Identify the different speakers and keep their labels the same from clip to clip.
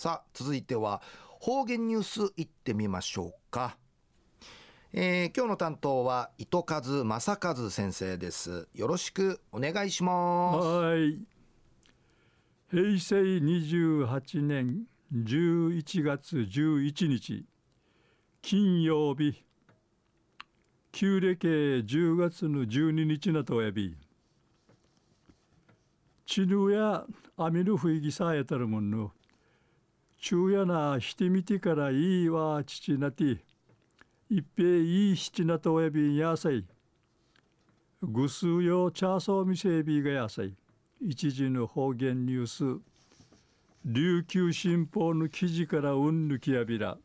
Speaker 1: さあ続いては方言ニュースいってみましょうか。今日の担当は糸数正和先生です。よろしくお願いします。
Speaker 2: はい。平成28年11月11日金曜日、旧暦10月の12日なとやびちぬやあみるふいぎさえたるもんの昼夜なしてみてからいいわ父なて一平いい七なとやびんやさいぐすうよチャーソーみせびがやさい一時の方言ニュース琉球新報の記事からうんぬきやびら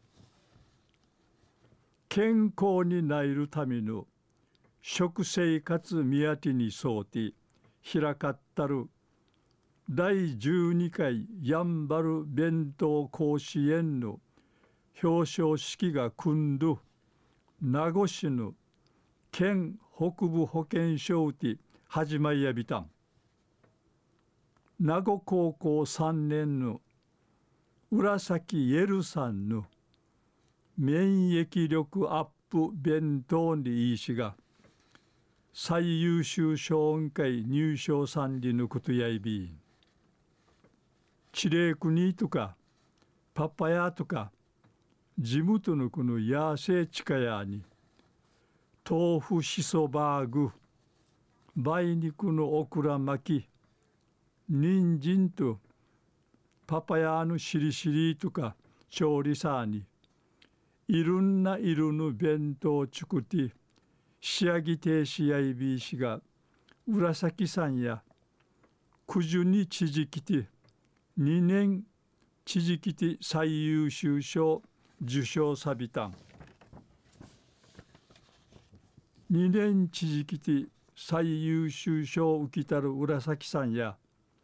Speaker 2: 健康になるための食生活見当てに沿って開かったる第12回やんばる弁当甲子園の表彰式が組んど名護市の県北部保健所で始まりやびたん。名護高校3年の浦崎エルさんの免疫力アップ弁当にいいしが最優秀賞音会入賞さんりのことやいびチレークニーとかパパヤとか地元のこのヤーセーチカヤに豆腐しそバーグ梅肉のオクラ巻き人参とパパヤのしりしりとか調理さにいろんな色の弁当を作って仕上げてしやいびいしが浦崎さんや九十に知事きて2年知事きて最優秀賞受賞さびたん。2年知事きて最優秀賞を受けたる浦崎さんや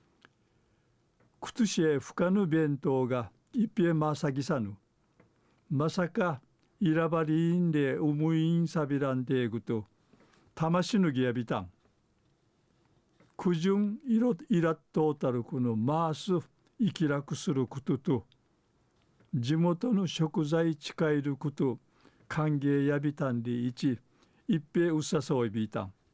Speaker 2: 靴しえ不可の弁当が一平まさぎさぬまさかいらばりんでうむいんさびらんでいくと魂のぎやびたんくじゅんいらっとうたるこのマース生き楽することと地元の食材近いること歓迎やびたんで一平うさそういびたん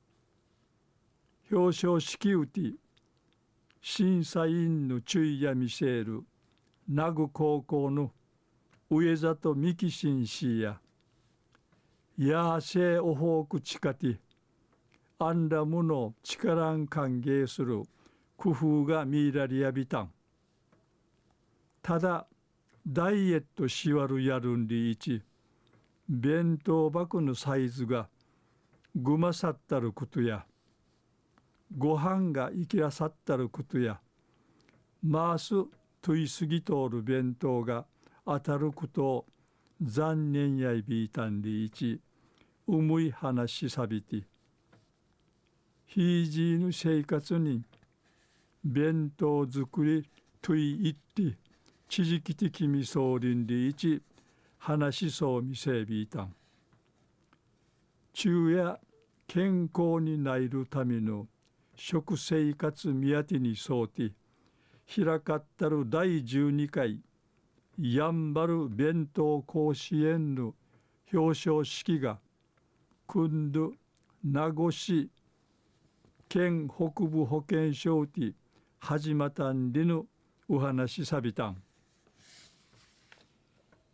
Speaker 2: 表彰式うて審査員の注意や見せる名護高校の上里美希紳士やヤーシェオホークチカティアンラムの力ん歓迎する工夫が見られやびたんただダイエットしわるやるんりいち弁当箱のサイズがぐまさったることやご飯がいきらさったることやマースといすぎとおる弁当が当たることを残念やいびいたんりいちうむい話さびてひいじーの生活に弁当作りといって地域的みそうりんりいち話しそうみせびいたん昼夜健康になるための食生活見当てに沿って開かったる第12回やんばる弁当甲子園の表彰式が今度名護市県北部保健所で始まったんでのお話さびたん